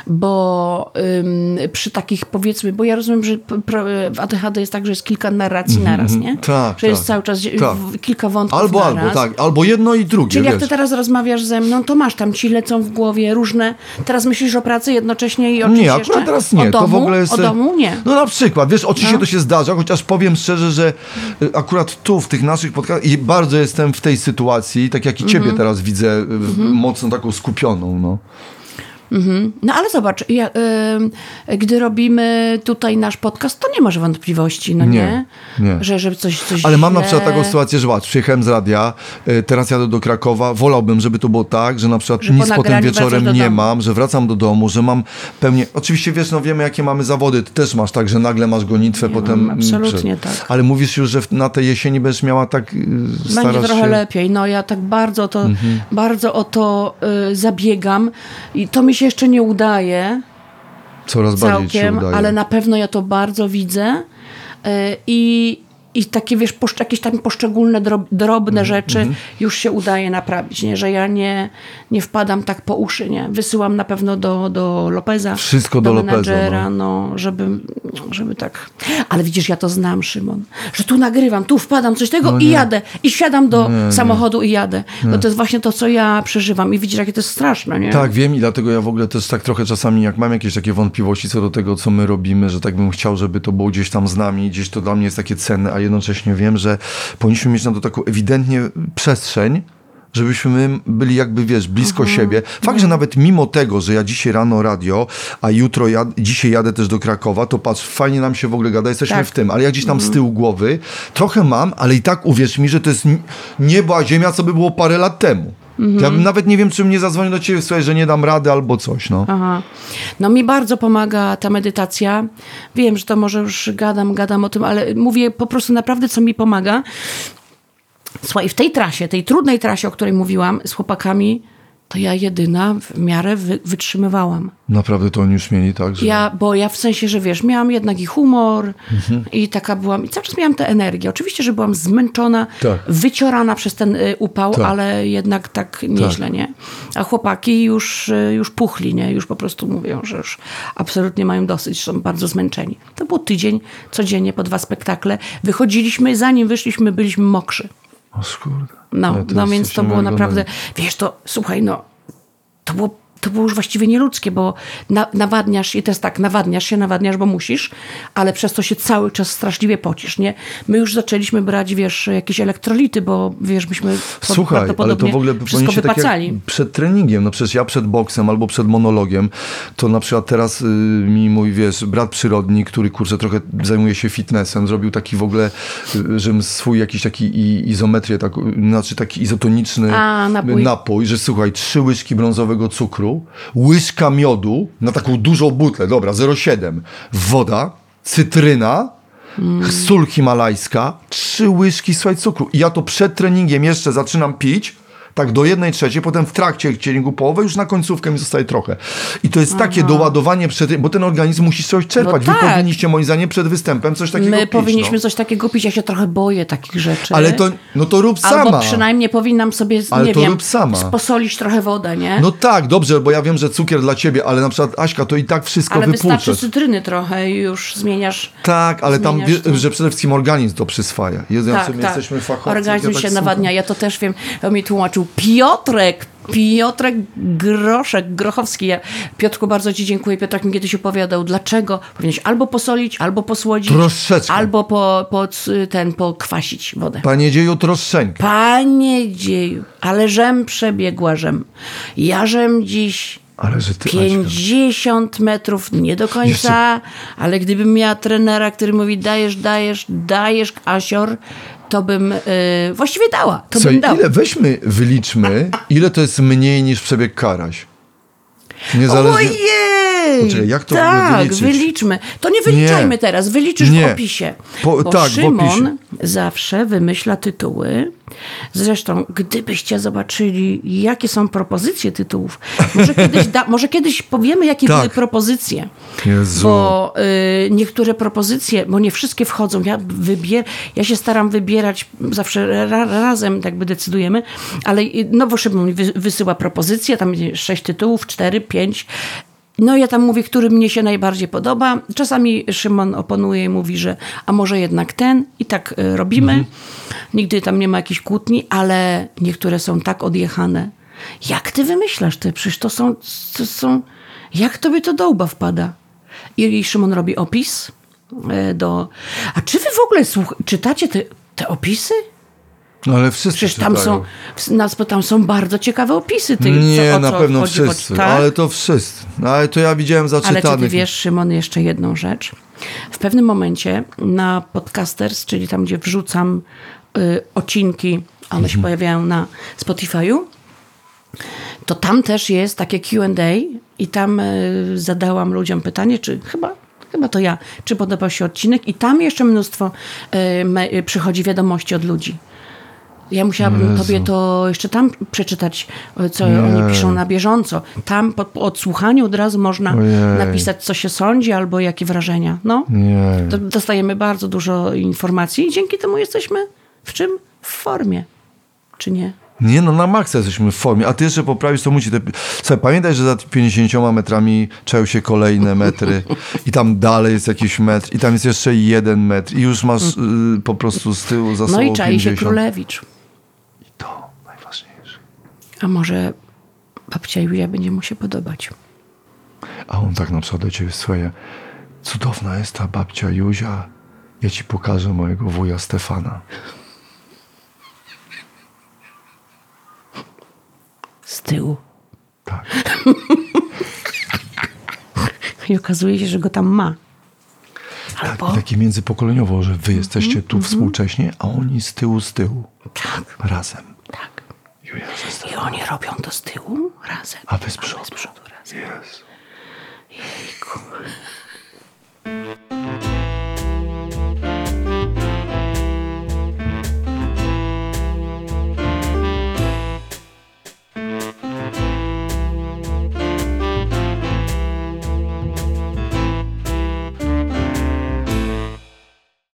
bo ym, przy takich powiedzmy, bo ja rozumiem, że pro, w A D H D jest tak, że jest kilka narracji mm-hmm. naraz, nie? Tak, że tak. jest cały czas tak. w, kilka wątków albo, naraz. Albo, tak, albo jedno i drugie. Czyli wiesz. jak ty teraz rozmawiasz ze mną, to masz tam ci lecą w głowie różne, teraz myślisz o pracy jednocześnie i o czymś Nie, jeszcze? akurat teraz nie. O domu? To w ogóle jest... O domu? Nie. No na przykład, wiesz, oczywiście no. to się zdarza, chociaż powiem szczerze, że akurat tu, w tych naszych podcastach i bardzo jestem w tej sytuacji, tak jak i ciebie mm-hmm. teraz widzę, mm-hmm. mocno taką skupioną, no. Mm-hmm. No ale zobacz, ja, y, gdy robimy tutaj nasz podcast, to nie masz wątpliwości, no nie? Nie, nie. Że, że coś, coś Ale mam źle... na przykład taką sytuację, że patrz, przyjechałem z radia, y, teraz jadę do Krakowa, wolałbym, żeby to było tak, że na przykład że nic potem wieczorem nie mam, że wracam do domu, że mam pełnię... Oczywiście wiesz, no wiemy jakie mamy zawody, ty też masz tak, że nagle masz gonitwę, ja potem... Mam, absolutnie przed... tak. Ale mówisz już, że na tej jesieni będziesz miała tak... Y, Będzie trochę się... lepiej, no ja tak bardzo, to, mm-hmm. bardzo o to y, zabiegam i to mi się jeszcze nie udaje. Coraz całkiem, bardziej ci udaje. Ale na pewno ja to bardzo widzę yy, i, i takie wiesz, posz, jakieś tam poszczególne drob, drobne mm, rzeczy mm. już się udaje naprawić, nie? Że ja nie, nie wpadam tak po uszy, nie? Wysyłam na pewno do, do Lopeza, wszystko do, do menadżera, no. no, żeby, żeby tak... Ale widzisz, ja to znam, Szymon, że tu nagrywam, tu wpadam coś tego no i jadę, i wsiadam do nie, samochodu nie. i jadę. Nie. No to jest właśnie to, co ja przeżywam i widzisz, jakie to jest straszne, nie? Tak, wiem i dlatego ja w ogóle też tak trochę czasami, jak mam jakieś takie wątpliwości co do tego, co my robimy, że tak bym chciał, żeby to było gdzieś tam z nami, gdzieś to dla mnie jest takie cenne, a jednocześnie wiem, że powinniśmy mieć na to taką ewidentnie przestrzeń, żebyśmy my byli jakby, wiesz, blisko uh-huh. siebie. Fakt, uh-huh. że nawet mimo tego, że ja dzisiaj rano radio, a jutro jad- dzisiaj jadę też do Krakowa, to patrz, fajnie nam się w ogóle gada, jesteśmy tak. w tym, ale ja gdzieś tam uh-huh. z tyłu głowy trochę mam, ale i tak uwierz mi, że to jest niebo a ziemia, co by było parę lat temu. Mm-hmm. Ja nawet nie wiem, czy mnie zadzwoni do ciebie, słuchaj, że nie dam rady albo coś, no. Aha. No mi bardzo pomaga ta medytacja. Wiem, że to może już gadam, gadam o tym, ale mówię po prostu naprawdę, co mi pomaga. Słuchaj, w tej trasie, tej trudnej trasie, o której mówiłam z chłopakami, to ja jedyna w miarę wy, wytrzymywałam. Naprawdę to oni już mieli tak, że... Ja, bo ja w sensie, że wiesz, miałam jednak i humor mhm. i taka byłam, i cały czas miałam tę energię. Oczywiście, że byłam zmęczona, tak. wyciorana przez ten y, upał, tak. ale jednak tak nieźle, tak. nie? A chłopaki już, y, już puchli, nie? Już po prostu mówią, że już absolutnie mają dosyć, są bardzo zmęczeni. To był tydzień, codziennie po dwa spektakle. Wychodziliśmy, zanim wyszliśmy, byliśmy mokrzy. O skurde. No, no więc to było naprawdę, wiesz, to słuchaj, no, to było, to było już właściwie nieludzkie, bo na, nawadniasz i to jest tak, nawadniasz się, nawadniasz, bo musisz, ale przez to się cały czas straszliwie pocisz, nie? My już zaczęliśmy brać, wiesz, jakieś elektrolity, bo wiesz, myśmy Słuchaj, ale to w ogóle wszystko wypacali. Tak przed treningiem, no przecież ja przed boksem albo przed monologiem, to na przykład teraz y, mi mój, wiesz, brat przyrodni, który, kurczę, trochę zajmuje się fitnessem, zrobił taki w ogóle, y, żebym swój jakiś taki i, izometrię, tak, znaczy taki izotoniczny A, napój. napój, że słuchaj, trzy łyżki brązowego cukru, łyżka miodu na taką dużą butlę, dobra, zero przecinek siedem, woda, cytryna, mm. sól himalajska, trzy łyżki, słuchaj, cukru. I ja to przed treningiem jeszcze zaczynam pić, tak do jednej trzeciej, potem w trakcie treningu połowę, już na końcówkę mi zostaje trochę. I to jest Aha. takie doładowanie, przed, bo ten organizm musi coś czerpać. No tak. Wy powinniście, moim zdaniem, przed występem coś takiego My pić. My powinniśmy no. coś takiego pić. Ja się trochę boję takich rzeczy. Ale to, no to rób sama. Albo przynajmniej powinnam sobie, ale nie to wiem, rób sama. posolić trochę wodę, nie? No tak, dobrze, bo ja wiem, że cukier dla ciebie, ale na przykład, Aśka, to i tak wszystko ale wypłuczesz. Ale wystarczy cytryny trochę i już zmieniasz. Tak, ale tam, wie, to. że przede wszystkim organizm to przyswaja. Jezu, tak, my tak. jesteśmy fachowcy. Organizm ja się tak nawadnia. słucham. Ja to też wiem. To mi tłumaczył Piotrek. Piotrek Groszek, Grochowski. Ja, Piotrku, bardzo ci dziękuję. Piotrek mi kiedyś opowiadał, dlaczego powinieneś albo posolić, albo posłodzić, troszeczkę. albo po, po, ten, pokwasić wodę. Panie dzieju, troszeczkę. Panie dzieju, ale żem przebiegła, żem. Ja żem dziś ale że ty, pięćdziesiąt Aśka. Metrów, nie do końca, Jeszcze... ale gdybym miała trenera, który mówi dajesz, dajesz, dajesz, Asior, to bym yy, właściwie dała. To Co, bym dała. Ile, weźmy, wyliczmy, ile to jest mniej niż przebieg Karaś. Niezależnie... Ojej! Ej, Poczekaj, jak to tak, wyliczyć? wyliczmy. To nie wyliczajmy Nie. teraz, wyliczysz Nie. w opisie. Po, Bo tak, Szymon w opisie. zawsze wymyśla tytuły. Zresztą, gdybyście zobaczyli, jakie są propozycje tytułów, może kiedyś, da, może kiedyś powiemy, jakie Tak. były propozycje. Jezu. Bo y, niektóre propozycje, bo nie wszystkie wchodzą. Ja, wybier, ja się staram wybierać, zawsze ra, razem jakby decydujemy, ale y, no bo Szymon mi wy, wysyła propozycje, tam będzie sześć tytułów, cztery, pięć. No ja tam mówię, który mnie się najbardziej podoba. Czasami Szymon oponuje i mówi, że a może jednak ten i tak y, robimy. Mhm. Nigdy tam nie ma jakichś kłótni, ale niektóre są tak odjechane. Jak ty wymyślasz te? Przecież to są, to są... Jak tobie to do łba wpada? I, i Szymon robi opis y, do... A czy wy w ogóle słuch... czytacie te, te opisy? No ale wszyscy Przecież tam czytają. są, nas, tam są bardzo ciekawe opisy. Tych, Nie, co, o na co pewno chodzi, wszyscy, chodzi, tak? ale to wszyscy. No, ale to ja widziałem zaczytanych. Ale czy ty wiesz, Szymon, jeszcze jedną rzecz? W pewnym momencie na Podcasters, czyli tam, gdzie wrzucam y, odcinki, a one się Mhm. pojawiają na Spotify'u, to tam też jest takie Q and A i tam y, zadałam ludziom pytanie, czy chyba, chyba to ja, czy podobał się odcinek i tam jeszcze mnóstwo y, me, y, przychodzi wiadomości od ludzi. Ja musiałabym Jezu. tobie to jeszcze tam przeczytać, co Nie. oni piszą na bieżąco. Tam po, po odsłuchaniu od razu można Ojej. napisać, co się sądzi, albo jakie wrażenia. No, Nie. to dostajemy bardzo dużo informacji i dzięki temu jesteśmy w czym? W formie. Czy nie? Nie, no na maksa jesteśmy w formie. A ty jeszcze poprawisz, to musi te... Słuchaj, pamiętaj, że za pięćdziesięcioma metrami czają się kolejne metry i tam dalej jest jakiś metr i tam jest jeszcze jeden metr i już masz y, po prostu z tyłu za No sobą i czai się pięćdziesiąt. Królewicz. I to najważniejsze. A może babcia Julia będzie mu się podobać. A on tak na przykład do ciebie, słuchaj, cudowna jest ta babcia Juzia, ja ci pokażę mojego wuja Stefana. Z tyłu. Tak. I okazuje się, że go tam ma. Albo... Tak, takie międzypokoleniowo, że wy jesteście tu współcześnie, a oni z tyłu, z tyłu. Tak, Razem. tak. Julia ze Stefanem. I oni robią to z tyłu razem. A wy z przodu. A my z przodu razem. Jezu. Jejku.